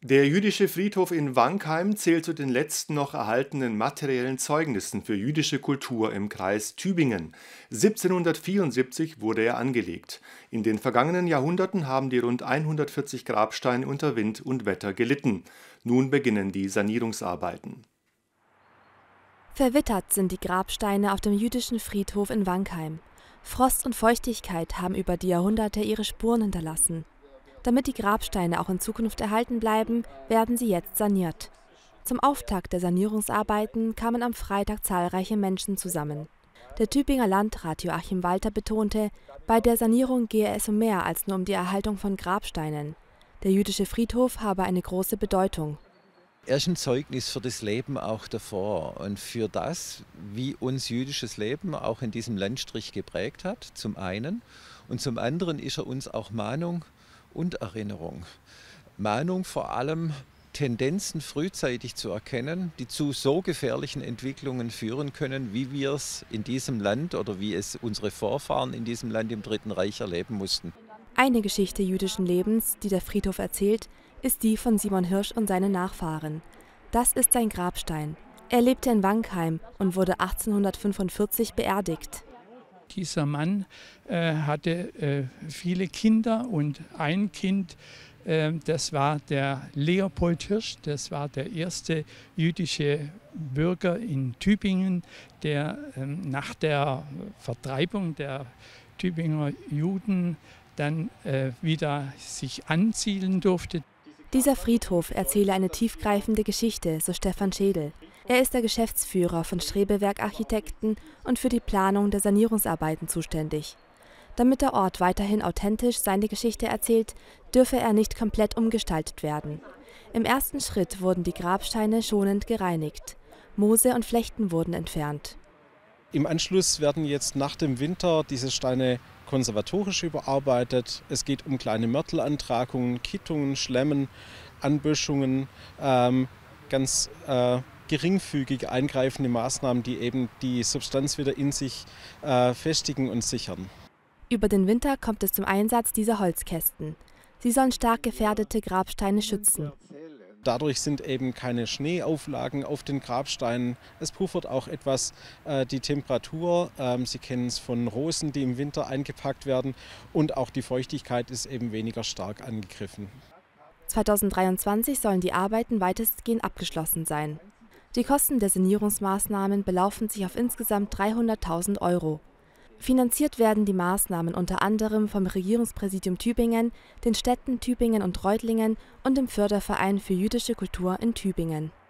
Der jüdische Friedhof in Wankheim zählt zu den letzten noch erhaltenen materiellen Zeugnissen für jüdische Kultur im Kreis Tübingen. 1774 wurde er angelegt. In den vergangenen Jahrhunderten haben die rund 140 Grabsteine unter Wind und Wetter gelitten. Nun beginnen die Sanierungsarbeiten. Verwittert sind die Grabsteine auf dem jüdischen Friedhof in Wankheim. Frost und Feuchtigkeit haben über die Jahrhunderte ihre Spuren hinterlassen. Damit die Grabsteine auch in Zukunft erhalten bleiben, werden sie jetzt saniert. Zum Auftakt der Sanierungsarbeiten kamen am Freitag zahlreiche Menschen zusammen. Der Tübinger Landrat Joachim Walter betonte, bei der Sanierung gehe es um mehr als nur um die Erhaltung von Grabsteinen. Der jüdische Friedhof habe eine große Bedeutung. Er ist ein Zeugnis für das Leben auch davor und für das, wie uns jüdisches Leben auch in diesem Landstrich geprägt hat, zum einen. Und zum anderen ist er uns auch Mahnung und Erinnerung. Mahnung vor allem, Tendenzen frühzeitig zu erkennen, die zu so gefährlichen Entwicklungen führen können, wie wir es in diesem Land oder wie es unsere Vorfahren in diesem Land im Dritten Reich erleben mussten. Eine Geschichte jüdischen Lebens, die der Friedhof erzählt, ist die von Simon Hirsch und seinen Nachfahren. Das ist sein Grabstein. Er lebte in Wankheim und wurde 1845 beerdigt. Dieser Mann hatte viele Kinder und ein Kind, das war der Leopold Hirsch, das war der erste jüdische Bürger in Tübingen, der nach der Vertreibung der Tübinger Juden dann wieder sich ansiedeln durfte. Dieser Friedhof erzähle eine tiefgreifende Geschichte, so Stefan Schädel. Er ist der Geschäftsführer von Strebewerk Architekten und für die Planung der Sanierungsarbeiten zuständig. Damit der Ort weiterhin authentisch seine Geschichte erzählt, dürfe er nicht komplett umgestaltet werden. Im ersten Schritt wurden die Grabsteine schonend gereinigt. Moose und Flechten wurden entfernt. Im Anschluss werden jetzt nach dem Winter diese Steine konservatorisch überarbeitet. Es geht um kleine Mörtelantragungen, Kittungen, Schlemmen, Anböschungen, ganz geringfügig eingreifende Maßnahmen, die eben die Substanz wieder in sich festigen und sichern. Über den Winter kommt es zum Einsatz dieser Holzkästen. Sie sollen stark gefährdete Grabsteine schützen. Dadurch sind eben keine Schneeauflagen auf den Grabsteinen. Es puffert auch etwas die Temperatur. Sie kennen es von Rosen, die im Winter eingepackt werden. Und auch die Feuchtigkeit ist eben weniger stark angegriffen. 2023 sollen die Arbeiten weitestgehend abgeschlossen sein. Die Kosten der Sanierungsmaßnahmen belaufen sich auf insgesamt 300.000 €. Finanziert werden die Maßnahmen unter anderem vom Regierungspräsidium Tübingen, den Städten Tübingen und Reutlingen und dem Förderverein für jüdische Kultur in Tübingen.